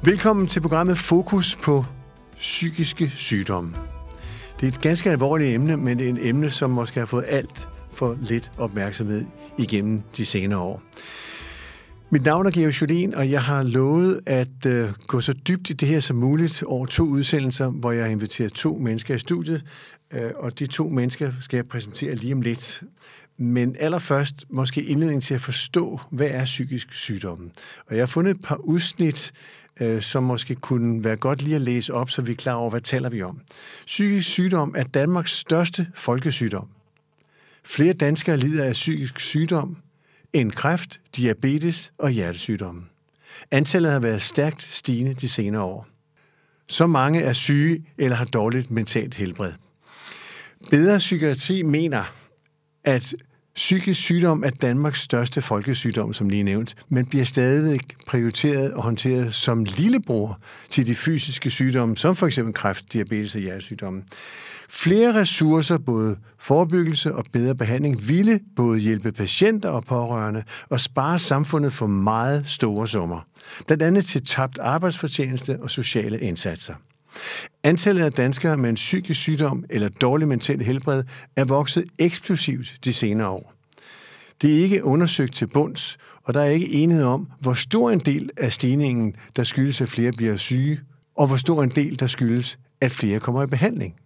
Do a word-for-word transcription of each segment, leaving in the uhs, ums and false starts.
Velkommen til programmet Fokus på psykiske sygdomme. Det er et ganske alvorligt emne, men det er et emne, som måske har fået alt for lidt opmærksomhed igennem de senere år. Mit navn er Georg Jolin, og jeg har lovet at uh, gå så dybt i det her som muligt over to udsendelser, hvor jeg har inviteret to mennesker i studiet, uh, og de to mennesker skal jeg præsentere lige om lidt. Men allerførst måske indledning til at forstå, hvad er psykisk sygdom. Og jeg har fundet et par udsnit, uh, som måske kunne være godt lige at læse op, så vi er klar over, hvad taler vi om. Psykisk sygdom er Danmarks største folkesygdom. Flere danskere lider af psykisk sygdom end kræft, diabetes og hjertesygdomme. Antallet har været stærkt stigende de senere år. Så mange er syge eller har dårligt mentalt helbred. Bedre Psykiatri mener, at psykisk sygdom er Danmarks største folkesygdom, som lige nævnt, men bliver stadig prioriteret og håndteret som lillebror til de fysiske sygdomme, som for eksempel kræft, diabetes og hjertesygdomme. Flere ressourcer, både forebyggelse og bedre behandling, ville både hjælpe patienter og pårørende og spare samfundet for meget store summer. Blandt andet til tabt arbejdsfortjeneste og sociale indsatser. Antallet af danskere med en psykisk sygdom eller dårlig mental helbred er vokset eksplosivt de senere år. Det er ikke undersøgt til bunds, og der er ikke enighed om, hvor stor en del af stigningen, der skyldes, at flere bliver syge, og hvor stor en del, der skyldes, at flere kommer i behandling.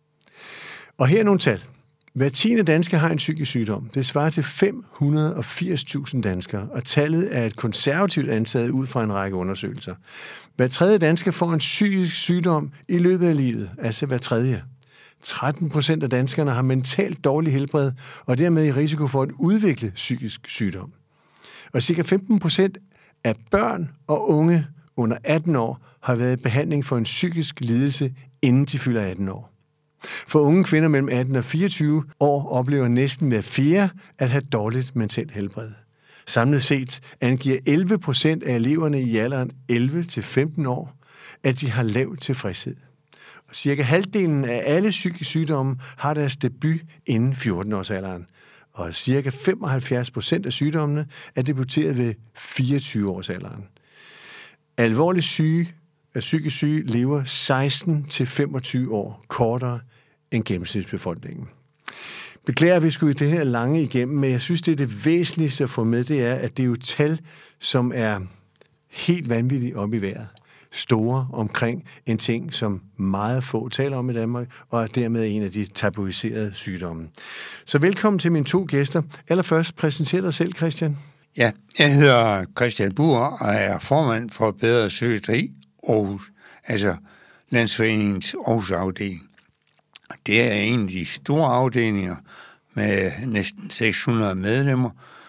Og her er nogle tal. Hver tiende dansker har en psykisk sygdom. Det svarer til fem hundrede og firs tusind danskere, og tallet er et konservativt antaget ud fra en række undersøgelser. Hver tredje dansker får en psykisk sygdom i løbet af livet, altså hver tredje. tretten procent af danskerne har mentalt dårlig helbred, og dermed i risiko for at udvikle psykisk sygdom. Og ca. femten procent af børn og unge under atten år har været i behandling for en psykisk lidelse, inden de fylder atten år. For unge kvinder mellem atten og fireogtyve år oplever næsten hver fjerde at have dårligt mentalt helbred. Samlet set angiver elleve procent af eleverne i alderen elleve til femten år, at de har lav tilfredshed. Og cirka halvdelen af alle psykiske sygdomme har deres debut inden fjorten-årsalderen. Og cirka femoghalvfjerds procent af sygdommene er debuteret ved fireogtyve-årsalderen. Alvorligt syge af psykisk syge lever seksten til femogtyve år kortere end gennemsnitsbefolkningen. Beklager, at vi skulle i det her lange igennem, men jeg synes, det er det væsentligste at få med, det er, at det er jo tal, som er helt vanvittigt op i vejret. Store omkring en ting, som meget få taler om i Danmark, og er dermed en af de tabuiserede sygdomme. Så velkommen til mine to gæster. Allerførst, præsenter dig selv, Christian. Ja, jeg hedder Christian Buhr og er formand for Bedre Psykiatri Aarhus, altså Landsforeningens Aarhus-afdeling. Det er en af de store afdelinger med næsten seks hundrede medlemmer,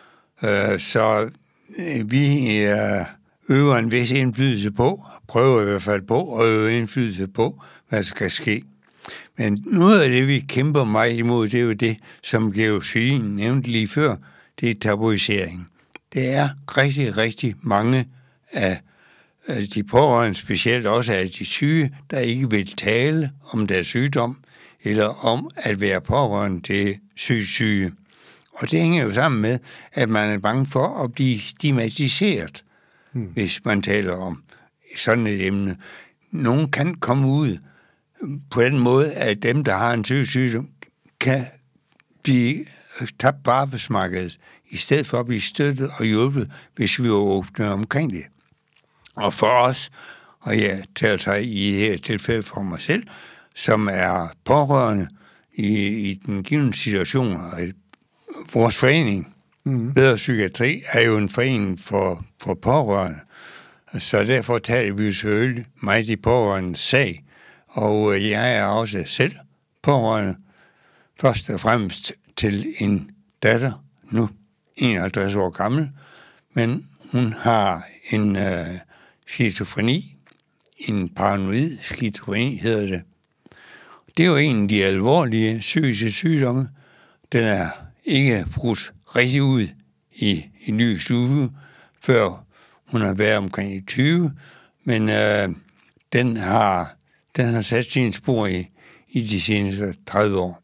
så vi øver en vis indflydelse på, prøver i hvert fald på at øve indflydelse på, hvad der skal ske. Men noget af det, vi kæmper meget imod, det er jo det, som Georg Jolin nævnte lige før, det er tabuisering. Det er rigtig, rigtig mange af de pårørende, specielt også af de syge, der ikke vil tale om deres sygdom, eller om at være pårørende til syge syge. Og det hænger jo sammen med, at man er bange for at blive stigmatiseret, hmm. hvis man taler om sådan et emne. Nogen kan komme ud på den måde, at dem, der har en psykisk sygdom, kan blive tabt på arbejdsmarkedet, i stedet for at blive støttet og hjulpet, hvis vi er åbne omkring det. Og for os, og jeg taler sig i det her tilfælde for mig selv, som er pårørende i, i den givne situation, og vores forening, mm. Bedre Psykiatri, er jo en forening for, for pårørende. Så derfor taler vi jo selvfølgelig meget i pårørendes sag, og jeg er også selv pårørende, først og fremmest til en datter, nu enoghalvtreds år gammel, men hun har en øh, skizofreni, en paranoid skizofreni hedder det. Det er jo en af de alvorlige psykiske sygdomme. Den er ikke brudt rigtig ud i, i lys uge, før hun har været omkring tyve, men øh, den, har, den har sat sine spor i, i de seneste tredive år.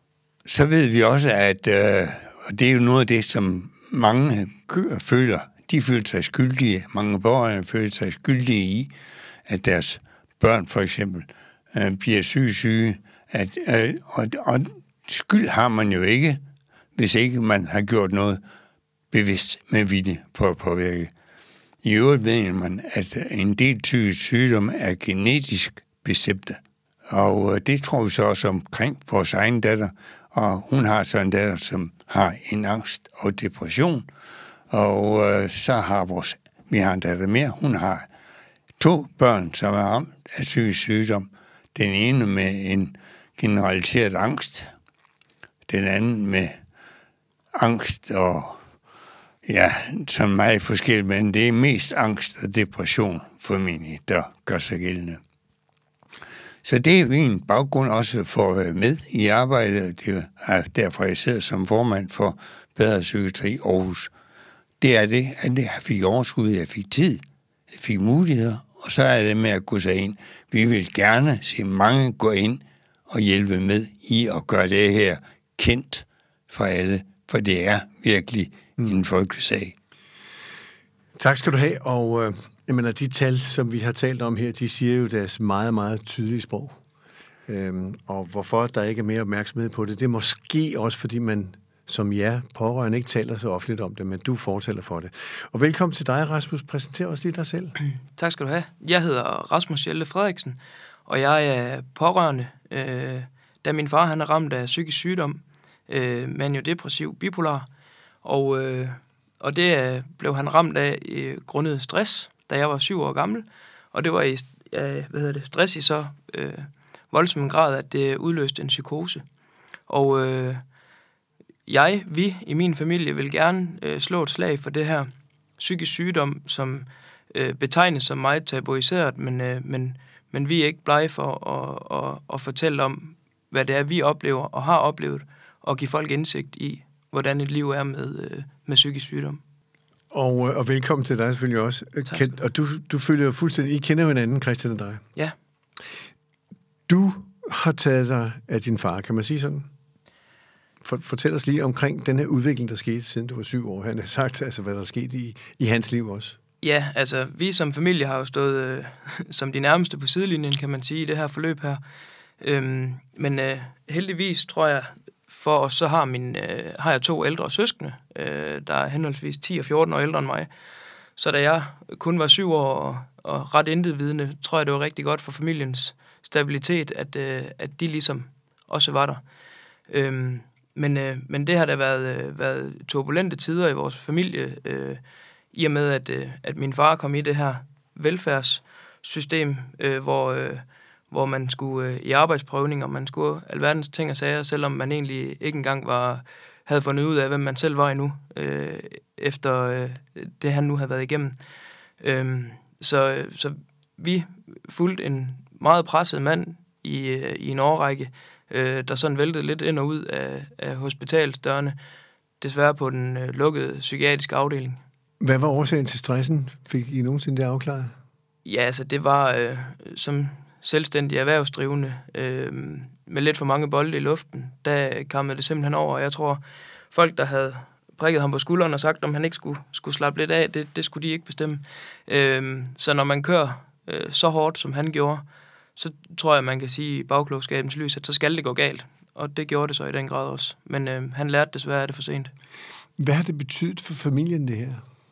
Så ved vi også, at øh, og det er jo noget af det, som mange føler, de følte sig skyldige, mange pårørende følte sig skyldige i, at deres børn for eksempel øh, bliver syge syge. At, øh, og, og skyld har man jo ikke, hvis ikke man har gjort noget bevidst med vilje på at påvirke. I øvrigt ved man, at en del psykisk sygdom er genetisk bestemte. Og øh, det tror vi så også omkring vores egen datter. Og hun har så en datter, som har en angst og depression. Og øh, så har vores, vi har en datter mere, hun har to børn, som er ramt af psykisk sygdom. Den ene med en generaliseret angst, den anden med angst og, ja, som meget forskelligt, men det er mest angst og depression formentlig, der gør sig gældende. Så det er en baggrund også for at være med i arbejdet. Det er derfor, jeg sidder som formand for Bedre Psykiatri Aarhus. Det er det, at jeg fik overskud, jeg fik tid, jeg fik muligheder, og så er det med at gå sig ind. Vi vil gerne se mange gå ind og hjælpe med i at gøre det her kendt for alle, for det er virkelig mm. en folkesag. Tak skal du have, og øh, jeg mener, de tal, som vi har talt om her, de siger jo deres meget, meget tydelige sprog. Øhm, og hvorfor der ikke er mere opmærksomhed på det, det er måske også, fordi man som jer pårørende ikke taler så offentligt om det, men du fortæller for det. Og velkommen til dig, Rasmus. Præsenter os lige dig selv. Tak skal du have. Jeg hedder Rasmus Schelde Frederiksen, og jeg er pårørende, øh, da min far han er ramt af psykisk sygdom, øh, maniodepressiv bipolar, og, øh, og det blev han ramt af øh, grundet stress, da jeg var syv år gammel, og det var i øh, hvad hedder det, stress i så øh, voldsom en grad, at det udløste en psykose. Og øh, jeg, vi i min familie vil gerne øh, slå et slag for det her psykisk sygdom, som øh, betegnes som meget tabuiseret, men, øh, men, men vi er ikke blege for at, at, at fortælle om, hvad det er, vi oplever og har oplevet, og give folk indsigt i, hvordan et liv er med, øh, med psykisk sygdom. Og, og velkommen til dig selvfølgelig også. Ken, og du, du følger jo fuldstændig, I kender hinanden, Christian og dig. Ja. Du har taget dig af din far, kan man sige sådan? For, fortæl os lige omkring den her udvikling, der skete, siden du var syv år. Han har sagt, altså, hvad der er sket i, i hans liv også. Ja, altså, vi som familie har jo stået øh, som de nærmeste på sidelinjen, kan man sige, i det her forløb her. Øhm, men øh, heldigvis, tror jeg, for os, så har, min, øh, har jeg to ældre søskende, øh, der er henholdsvis ti og fjorten år ældre end mig. Så da jeg kun var syv år og, og ret intetvidende, tror jeg, det var rigtig godt for familiens stabilitet, at, øh, at de ligesom også var der. Øhm, men, øh, men det har da været, øh, været turbulente tider i vores familie, øh, i og med, at, øh, at min far kom i det her velfærdssystem, øh, hvor... Øh, hvor man skulle øh, i arbejdsprøvning, og man skulle alverdens ting og sager, selvom man egentlig ikke engang var, havde fundet ud af, hvem man selv var endnu, øh, efter øh, det, han nu havde været igennem. Øh, så, så vi fulgte en meget presset mand i, øh, i en årrække, øh, der sådan væltede lidt ind og ud af, af hospitalsdørene, desværre på den øh, lukkede psykiatriske afdeling. Hvad var årsagen til stressen? Fik I nogensinde det afklaret? Ja, altså det var øh, som... selvstændig erhvervsdrivende, øh, med lidt for mange bolde i luften, der kammede det simpelthen over. Jeg tror, folk, der havde prikket ham på skulderen og sagt, om han ikke skulle, skulle slappe lidt af, det, det skulle de ikke bestemme. Øh, så når man kører øh, så hårdt, som han gjorde, så tror jeg, man kan sige i bagklogskabens lys, at så skal det gå galt. Og det gjorde det så i den grad også. Men øh, han lærte desværre, at det for sent. Hvad har det betydet for familien, det her?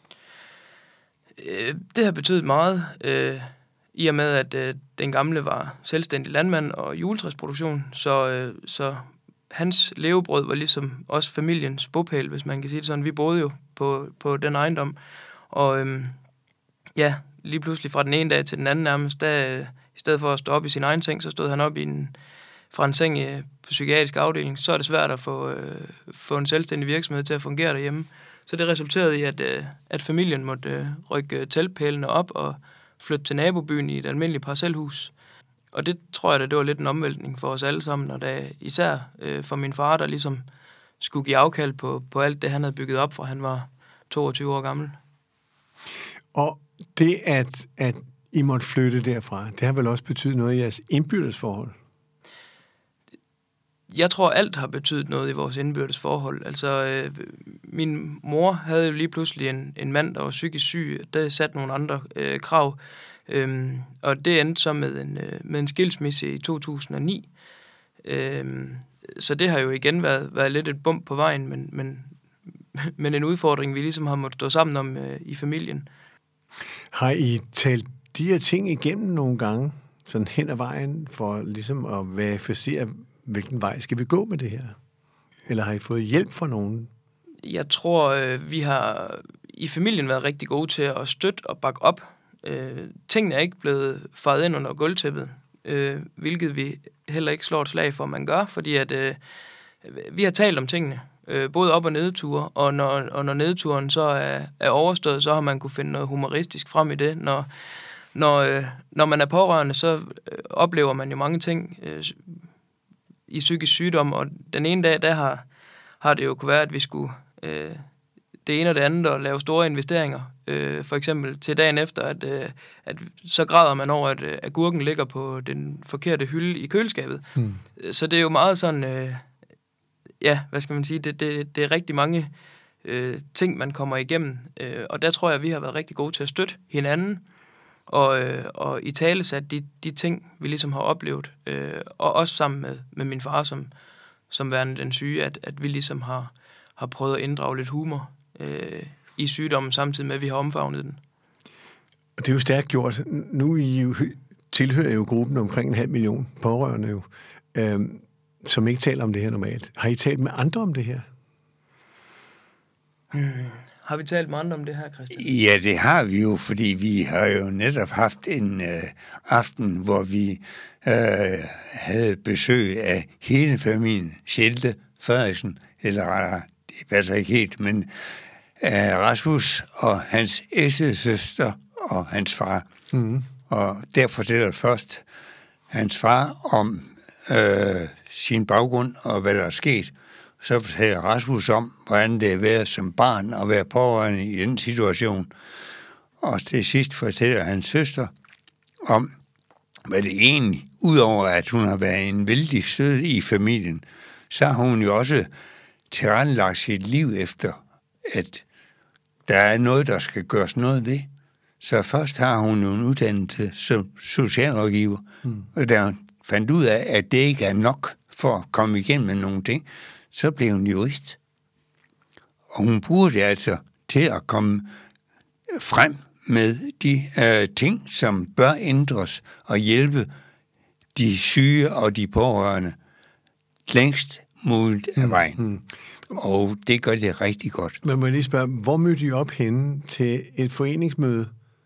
Øh, det har betydet meget. Øh, I og med, at øh, den gamle var selvstændig landmand og juletræsproduktion, så, øh, så hans levebrød var ligesom også familiens bopæl, hvis man kan sige det sådan. Vi boede jo på, på den ejendom, og øh, ja, lige pludselig fra den ene dag til den anden nærmest, der, øh, i stedet for at stå op i sin egen seng, så stod han op i en, fra en seng øh, på psykiatrisk afdeling. Så er det svært at få, øh, få en selvstændig virksomhed til at fungere derhjemme. Så det resulterede i, at, øh, at familien måtte øh, rykke teltpælene op og flytte til nabobyen i et almindeligt parcelhus. Og det tror jeg, da, det var lidt en omvæltning for os alle sammen, og da især øh, for min far, der ligesom skulle give afkald på, på alt det, han havde bygget op, fra han var toogtyve år gammel. Og det, at, at I måtte flytte derfra, det har vel også betydet noget i jeres indbyrdes forhold? jeg tror, alt har betydet noget i vores indbyrdes forhold. Altså, øh, min mor havde jo lige pludselig en, en mand, der var psykisk syg. Der satte nogle andre øh, krav. Øhm, og det endte så med en, øh, med en skilsmisse i to tusind og ni. Øhm, så det har jo igen været, været lidt et bump på vejen, men, men, men en udfordring, vi ligesom har måttet stå sammen om øh, i familien. Har I talt de her ting igennem nogle gange, sådan hen ad vejen, for ligesom at verificere, hvilken vej skal vi gå med det her? Eller har I fået hjælp fra nogen? Jeg tror, øh, vi har i familien været rigtig gode til at støtte og bakke op. Øh, tingene er ikke blevet faret ind under gulvtæppet, øh, hvilket vi heller ikke slår et slag for, man gør, fordi at, øh, vi har talt om tingene, øh, både op- og nedture, og når, og når nedturen så er, er overstået, så har man kunne finde noget humoristisk frem i det. Når, når, øh, når man er pårørende, så øh, oplever man jo mange ting øh, i psykisk sygdom, og den ene dag, der har, har det jo kunne være, at vi skulle øh, det ene og det andet og lave store investeringer. Øh, for eksempel til dagen efter, at, øh, at så græder man over, at øh, agurken ligger på den forkerte hylde i køleskabet. Hmm. Så det er jo meget sådan, øh, ja, hvad skal man sige, det, det, det er rigtig mange øh, ting, man kommer igennem. Øh, og der tror jeg, at vi har været rigtig gode til at støtte hinanden, og, øh, og i tale sat de, de ting, vi ligesom har oplevet. Øh, og også sammen med, med min far, som, som værende den syge, at, at vi ligesom har, har prøvet at inddrage lidt humor øh, i sygdommen, samtidig med, at vi har omfavnet den. Og det er jo stærkt gjort. Nu I jo, tilhører jo gruppen omkring en halv million pårørende, jo, øhm, som ikke taler om det her normalt. Har I talt med andre om det her? Hmm. Har vi talt med andre om det her, Christian? Ja, det har vi jo, fordi vi har jo netop haft en øh, aften, hvor vi øh, havde besøg af hele familien, Schelte Frederiksen, eller det passer ikke helt, men af Rasmus og hans ægtesøster og hans far. Mm. Og der fortæller først hans far om øh, sin baggrund og hvad der er sket. Så fortæller Rasmus om, hvordan det er været som barn at være pårørende i den situation. Og til sidst fortæller hans søster om, hvad det egentlig, udover at hun har været en vældig sød i familien, så har hun jo også tilrettelagt sit liv efter, at der er noget, der skal gøres noget ved. Så først har hun jo en uddannelse som socialrådgiver, mm. og da hun fandt ud af, at det ikke er nok for at komme igennem med nogle ting, så blev hun jurist. Og hun bruger det altså til at komme frem med de øh, ting, som bør ændres og hjælpe de syge og de pårørende længst muligt af vejen. Mm. Og det gør det rigtig godt. Men må jeg lige spørge, hvor mødte I op henne til et foreningsmøde?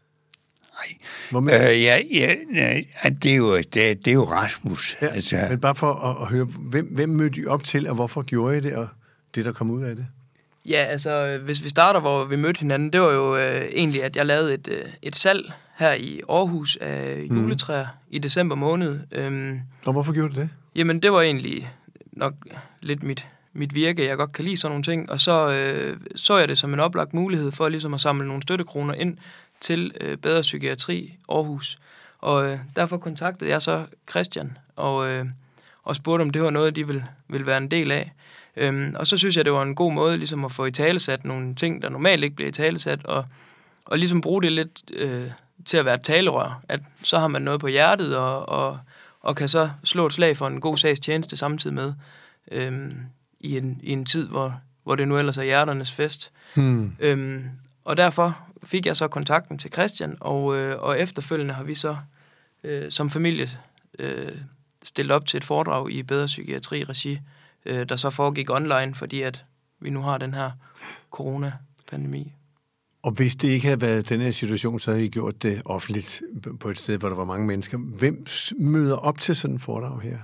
Nej, øh, ja, ja, det, er jo, det, det er jo Rasmus. Ja, altså. Men bare for at, at høre, hvem, hvem mødte I op til, og hvorfor gjorde I det, og det, der kom ud af det? Ja, altså, hvis vi starter, hvor vi mødte hinanden, det var jo øh, egentlig, at jeg lavede et, øh, et salg her i Aarhus af juletræer mm. i december måned. Øhm, og hvorfor gjorde du det? Jamen, det var egentlig nok lidt mit, mit virke. Jeg godt kan lide sådan nogle ting, og så øh, så jeg det som en oplagt mulighed for ligesom at samle nogle støttekroner ind til øh, Bedre Psykiatri Aarhus. Og øh, derfor kontaktede jeg så Christian og, øh, og spurgte, om det var noget, de ville, ville være en del af. Øhm, og så synes jeg, det var en god måde ligesom at få italesat nogle ting, der normalt ikke bliver italesat, og, og ligesom bruge det lidt øh, til at være et talerør. At så har man noget på hjertet, og, og, og kan så slå et slag for en god sags tjeneste samtidig med, øhm, i, en, i en tid, hvor, hvor det nu ellers er hjerternes fest. Hmm. Øhm, og derfor fik jeg så kontakten til Christian, og, øh, og efterfølgende har vi så øh, som familie øh, stillet op til et foredrag i Bedre Psykiatri-regi, øh, der så foregik online, fordi at vi nu har den her coronapandemi. Og hvis det ikke havde været den her situation, så havde I gjort det offentligt på et sted, hvor der var mange mennesker. Hvem møder op til sådan en foredrag her?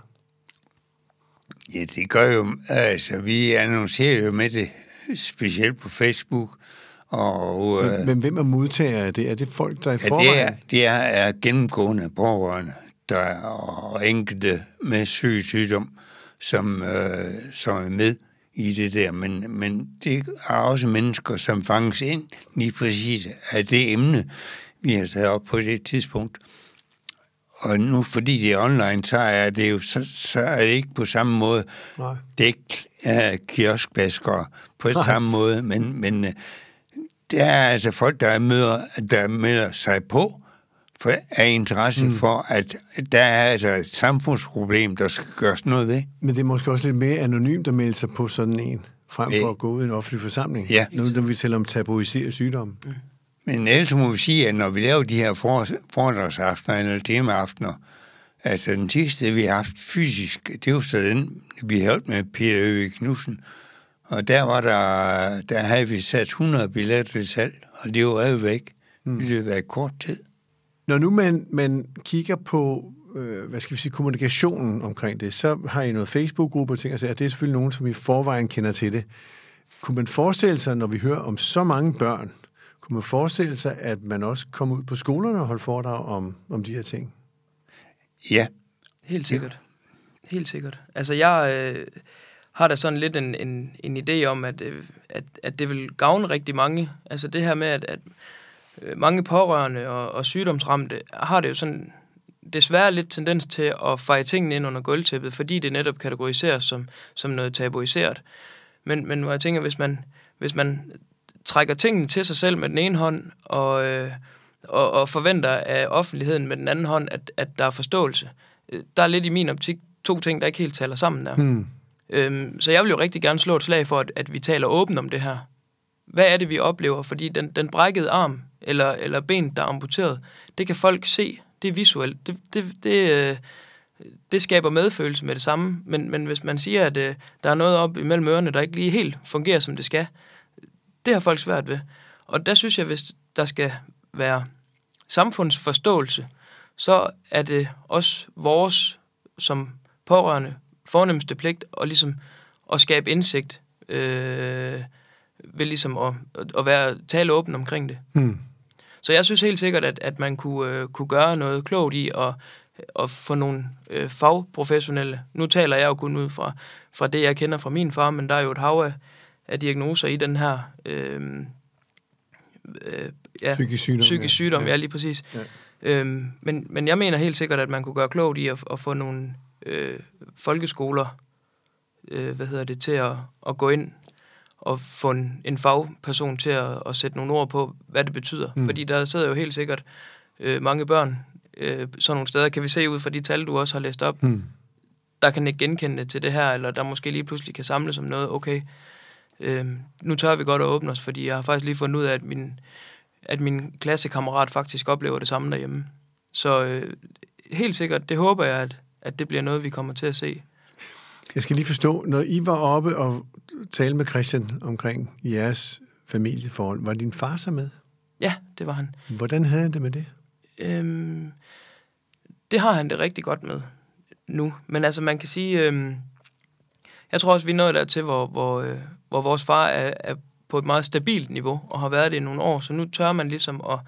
Ja, det gør jo, altså vi annoncerer jo med det, specielt på Facebook. Og, men, øh, men hvem er modtager af det? Er det folk, der er i ja, forvejen? Det er, det er, er gennemgående pårørende, der er, og enkelte med syg sygdom, som, øh, som er med i det der. Men, men det er også mennesker, som fanges ind lige præcis af det emne, vi har taget op på det tidspunkt. og nu fordi det er online, så er det jo så, så er det ikke på samme måde. Nej. Det er ikke uh, kioskbaskere på Nej. samme måde, men, men uh, der er altså folk, der møder, der melder sig på for, af interesse mm. for, at der er altså et samfundsproblem, der skal gøres noget ved. Men det er måske også lidt mere anonymt at melde sig på sådan en, frem for at gå ud i en offentlig forsamling. Ja. Nu når vi taler om tabuiseret sygdom. Mm. Men ellers må vi sige, at når vi laver de her foredragsaftener eller temaaftener, altså den sidste, vi har haft fysisk, det er jo så den, vi holdt med Peter Øvig Knudsen, og der var der, der havde vi sat hundrede billetter til salg, og det var revet væk. Mm. Det har været kort tid. Når nu man, man kigger på, øh, hvad skal vi sige, kommunikationen omkring det, så har I noget Facebook-gruppe og ting, altså, det er selvfølgelig nogen, som i forvejen kender til det. Kunne man forestille sig, når vi hører om så mange børn, kunne man forestille sig, at man også kommer ud på skolerne og holder foredrag om, om de her ting? Ja. Helt sikkert. Helt sikkert. Altså, jeg øh, har da sådan lidt en, en, en idé om, at, øh, at, at det vil gavne rigtig mange. Altså, det her med, at, at mange pårørende og, og sygdomsramte har det jo sådan desværre lidt tendens til at feje tingene ind under gulvtæppet, fordi det netop kategoriseres som, som noget tabuiseret. Men, men hvor jeg tænker, hvis man, hvis man trækker tingene til sig selv med den ene hånd, og, øh, og, og forventer af offentligheden med den anden hånd, at, at der er forståelse. Der er lidt i min optik to ting, der ikke helt taler sammen der. Hmm. Øhm, så jeg vil jo rigtig gerne slå et slag for, at, at vi taler åbent om det her. Hvad er det, vi oplever? Fordi den, den brækkede arm, eller, eller ben, der er amputeret, det kan folk se. Det er visuelt. Det, det, det, det skaber medfølelse med det samme. Men, men hvis man siger, at uh, der er noget op imellem ørerne, der ikke lige helt fungerer, som det skal, det har folk svært ved. Og der synes jeg, hvis der skal være samfundsforståelse, så er det også vores, som pårørende, fornemmeste pligt, og ligesom at skabe indsigt, øh, ved ligesom at, at være, tale åben omkring det. Hmm. Så jeg synes helt sikkert, at, at man kunne, øh, kunne gøre noget klogt i at, at få nogle øh, fagprofessionelle. Nu taler jeg jo kun ud fra, fra det, jeg kender fra min far, men der er jo et hav af, af diagnoser i den her øh, øh, ja, psykisk sygdom. Psykisk sygdom, ja, ja lige præcis. Ja. Øhm, men, men jeg mener helt sikkert, at man kunne gøre klogt i at, at få nogle øh, folkeskoler, øh, hvad hedder det, til at, at gå ind og få en, en fagperson til at, at sætte nogle ord på, hvad det betyder. Mm. Fordi der sidder jo helt sikkert øh, mange børn øh, sådan nogle steder, kan vi se ud fra de tal, du også har læst op, mm. der kan ikke genkende til det her, eller der måske lige pludselig kan samles om noget, okay, øh, nu tør vi godt at åbne os, fordi jeg har faktisk lige fundet ud af, at min, at min klassekammerat faktisk oplever det samme derhjemme. Så øh, helt sikkert, det håber jeg, at, at det bliver noget, vi kommer til at se. Jeg skal lige forstå, når I var oppe og talte med Christian omkring jeres familieforhold, var din far så med? Ja, det var han. Hvordan havde han det med det? Øhm, det har han det rigtig godt med nu. Men altså, man kan sige, øhm, jeg tror også, vi er nået dertil, hvor, hvor, øh, hvor vores far er, er på et meget stabilt niveau, og har været det i nogle år, så nu tør man ligesom at,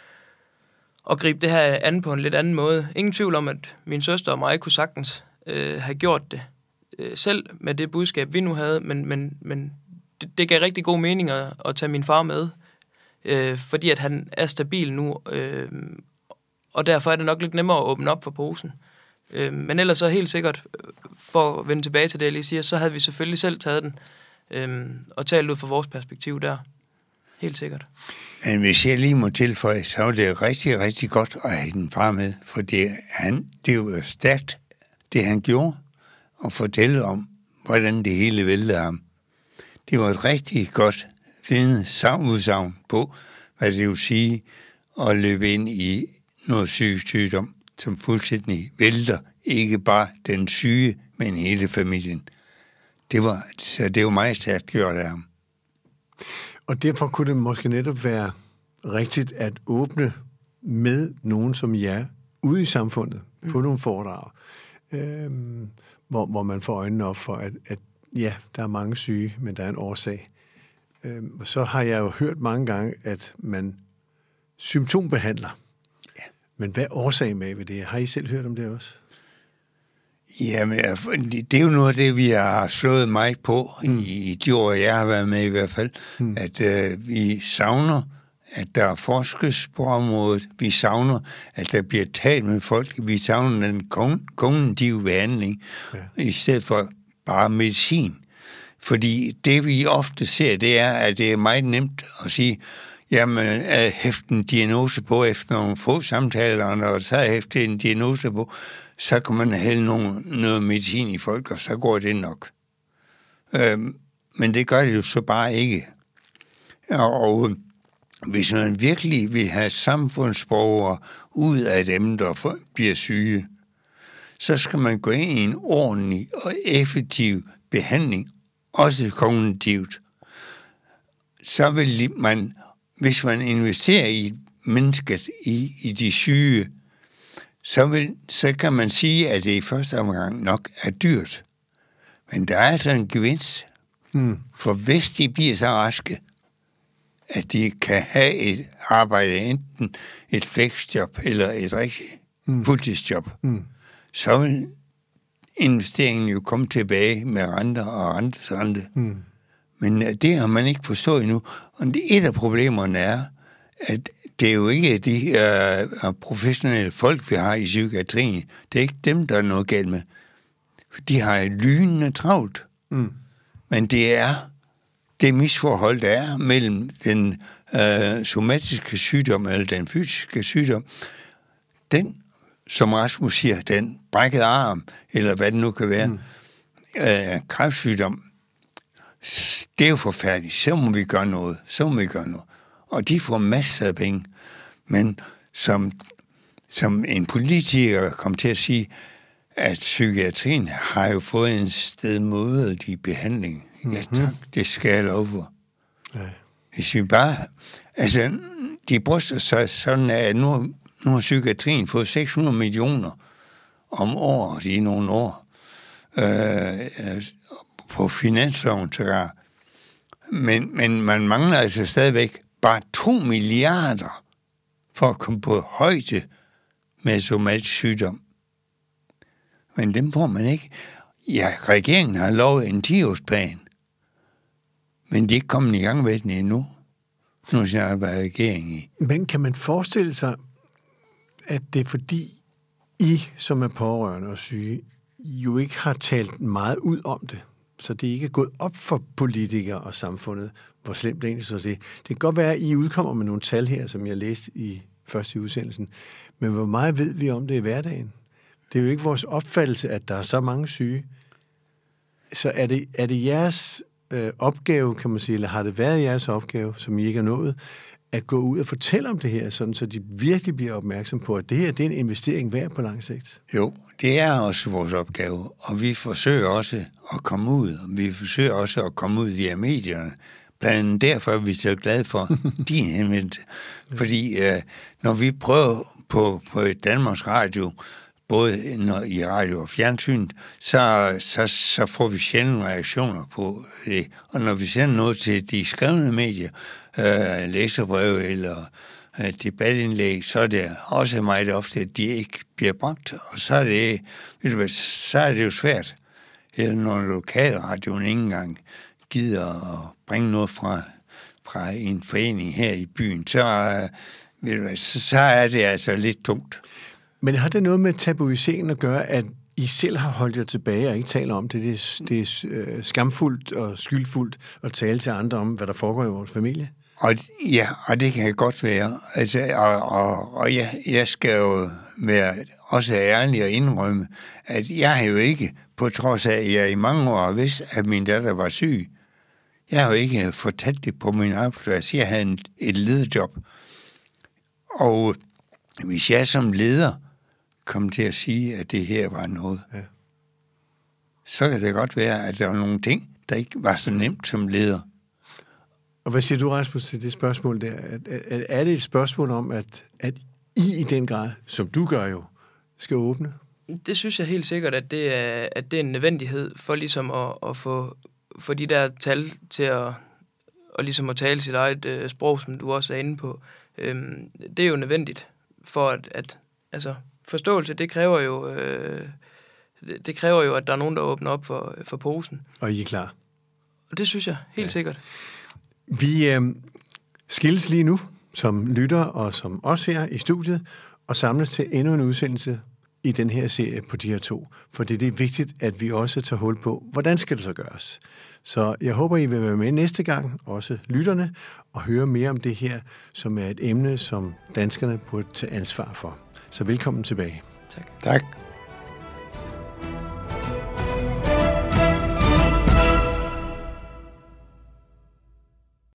at gribe det her an på en lidt anden måde. Ingen tvivl om, at min søster og mig kunne sagtens øh, have gjort det øh, selv med det budskab, vi nu havde, men, men, men det, det gav rigtig god mening at, at tage min far med, øh, fordi at han er stabil nu, øh, og derfor er det nok lidt nemmere at åbne op for posen. Øh, men ellers så helt sikkert, for at vende tilbage til det, jeg lige siger, så havde vi selvfølgelig selv taget den, Øhm, og talt ud fra vores perspektiv der. Helt sikkert. Men hvis jeg lige må tilføje, så er det rigtig, rigtig godt at have den far med, for det, han, det var stærkt, det han gjorde, og fortælle om, hvordan det hele væltede ham. Det var et rigtig godt vidende udsagn på, hvad det vil sige at løbe ind i noget psykisk sygdom, som fuldstændig vælter ikke bare den syge, men hele familien. Det var, så det var meget stærkt gjort af ham. Og derfor kunne det måske netop være rigtigt at åbne med nogen som jer ude i samfundet, mm. på nogle foredrag, øhm, hvor, hvor man får øjnene op for, at, at ja, der er mange syge, men der er en årsag. Øhm, så har jeg jo hørt mange gange, at man symptombehandler. Ja. Men hvad er årsagen med ved det? Har I selv hørt om det også? Jamen, det er jo noget af det, vi har slået meget på mm. i de år, jeg har været med i hvert fald, mm. at øh, vi savner, at der forskes på området. Vi savner, at der bliver talt med folk. Vi savner den kognitive behandling, ja. I stedet for bare medicin. Fordi det, vi ofte ser, det er, at det er meget nemt at sige, jamen, at hæfte en diagnose på efter nogle få samtaler, og når så er hæftet en diagnose på, så kan man hælde noget, noget medicin i folk, og så går det nok. Øhm, men det gør det jo så bare ikke. Og, og hvis man virkelig vil have samfundsborgere ud af dem, der for, bliver syge, så skal man gå ind i en ordentlig og effektiv behandling, også kognitivt. Så vil man, hvis man investerer i mennesket, i, i de syge, så, vil, så kan man sige, at det i første omgang nok er dyrt. Men der er altså en gevinst. Mm. For hvis de bliver så raske, at de kan have et arbejde, enten et flexjob eller et rigtigt mm. fuldtidsjob, mm. så vil investeringen jo komme tilbage med renter og rentes rente. Mm. Men det har man ikke forstået endnu. Og et af problemerne er, at det er jo ikke de uh, professionelle folk, vi har i psykiatrien. Det er ikke dem, der er noget galt med. De har lynende travlt. Mm. Men det er det misforhold, der er mellem den uh, somatiske sygdom eller den fysiske sygdom. Den, som Rasmus siger, den brækkede arm, eller hvad det nu kan være, mm. uh, kræftsygdom, det er jo forfærdeligt. Så må vi gøre noget. Så må vi gøre noget. Og de får masser af penge. Men som, som en politiker kom til at sige, at psykiatrien har jo fået en stedmoderlig behandling. Mm-hmm. Ja tak, det skal jeg love for. Ja. Hvis vi bare... Altså, de bryster sig sådan, at nu, nu har psykiatrien fået seks hundrede millioner om året i nogle år øh, på finansloven til. Men, men man mangler altså stadigvæk bare to milliarder for at komme på højde med somatisk sygdom. Men dem får man ikke. Ja, regeringen har lovet en ti-årsplan, men de er ikke kommet i gang med den endnu. Nu snakker jeg bare regeringen i. Men kan man forestille sig, at det er fordi I, som er pårørende og syge, jo ikke har talt meget ud om det, så det ikke er gået op for politikere og samfundet, hvor slemt det egentlig så det. Det kan godt være, at I udkommer med nogle tal her, som jeg læste i første udsendelsen, men hvor meget ved vi om det i hverdagen? Det er jo ikke vores opfattelse, at der er så mange syge. Så er det, er det jeres øh, opgave, kan man sige, eller har det været jeres opgave, som I ikke har nået, at gå ud og fortælle om det her, sådan så de virkelig bliver opmærksom på, at det her det er en investering værd på lang sigt? Jo, det er også vores opgave, og vi forsøger også at komme ud, og vi forsøger også at komme ud via medierne. Blandt andet derfor er vi så glade for din henvendelse. Fordi øh, når vi prøver på, på Danmarks Radio, både når, i radio og fjernsyn, så, så, så får vi sjældent reaktioner på det. Og når vi sender noget til de skrevne medier, øh, læserbreve eller øh, debatindlæg, så er det også meget ofte, at de ikke bliver bragt. Og så er det, ved du hvad, så er det jo svært. Eller når lokalradioen ikke engang gider at bringe noget fra, fra en forening her i byen, så, øh, ved du hvad, så, så er det altså lidt tungt. Men har det noget med tabuiseringen at gøre, at I selv har holdt jer tilbage og ikke taler om det? Det er, det er skamfuldt og skyldfuldt at tale til andre om, hvad der foregår i vores familie? Og, ja, og det kan godt være. Altså, og og, og jeg, jeg skal jo være også ærlig og indrømme, at jeg har jo ikke, på trods af, at jeg i mange år har vidst, at min datter var syg, jeg har jo ikke fortalt det på min arbejdsplads. Jeg havde en, et lederjob. Og hvis jeg som leder kom til at sige, at det her var noget, ja. Så kan det godt være, at der var nogle ting, der ikke var så nemt som leder. Og hvad siger du, Rasmus, til det spørgsmål der? Er, er det et spørgsmål om, at, at I i den grad, som du gør jo, skal åbne? Det synes jeg helt sikkert, at det er, at det er en nødvendighed for ligesom at, at få, få de der tal til at, og ligesom at tale sit eget øh, sprog, som du også er inde på. Øhm, det er jo nødvendigt for at, at altså forståelse, det kræver jo øh, det, det kræver jo, at der er nogen, der åbner op for, for posen. Og I er klar? Og det synes jeg helt ja. sikkert. Vi øh, skilles lige nu, som lytter og som os her i studiet, og samles til endnu en udsendelse i den her serie på de her to. For det er vigtigt, at vi også tager hul på, hvordan skal det så gøres. Så jeg håber, I vil være med næste gang, også lytterne, og høre mere om det her, som er et emne, som danskerne burde tage ansvar for. Så velkommen tilbage. Tak. Tak.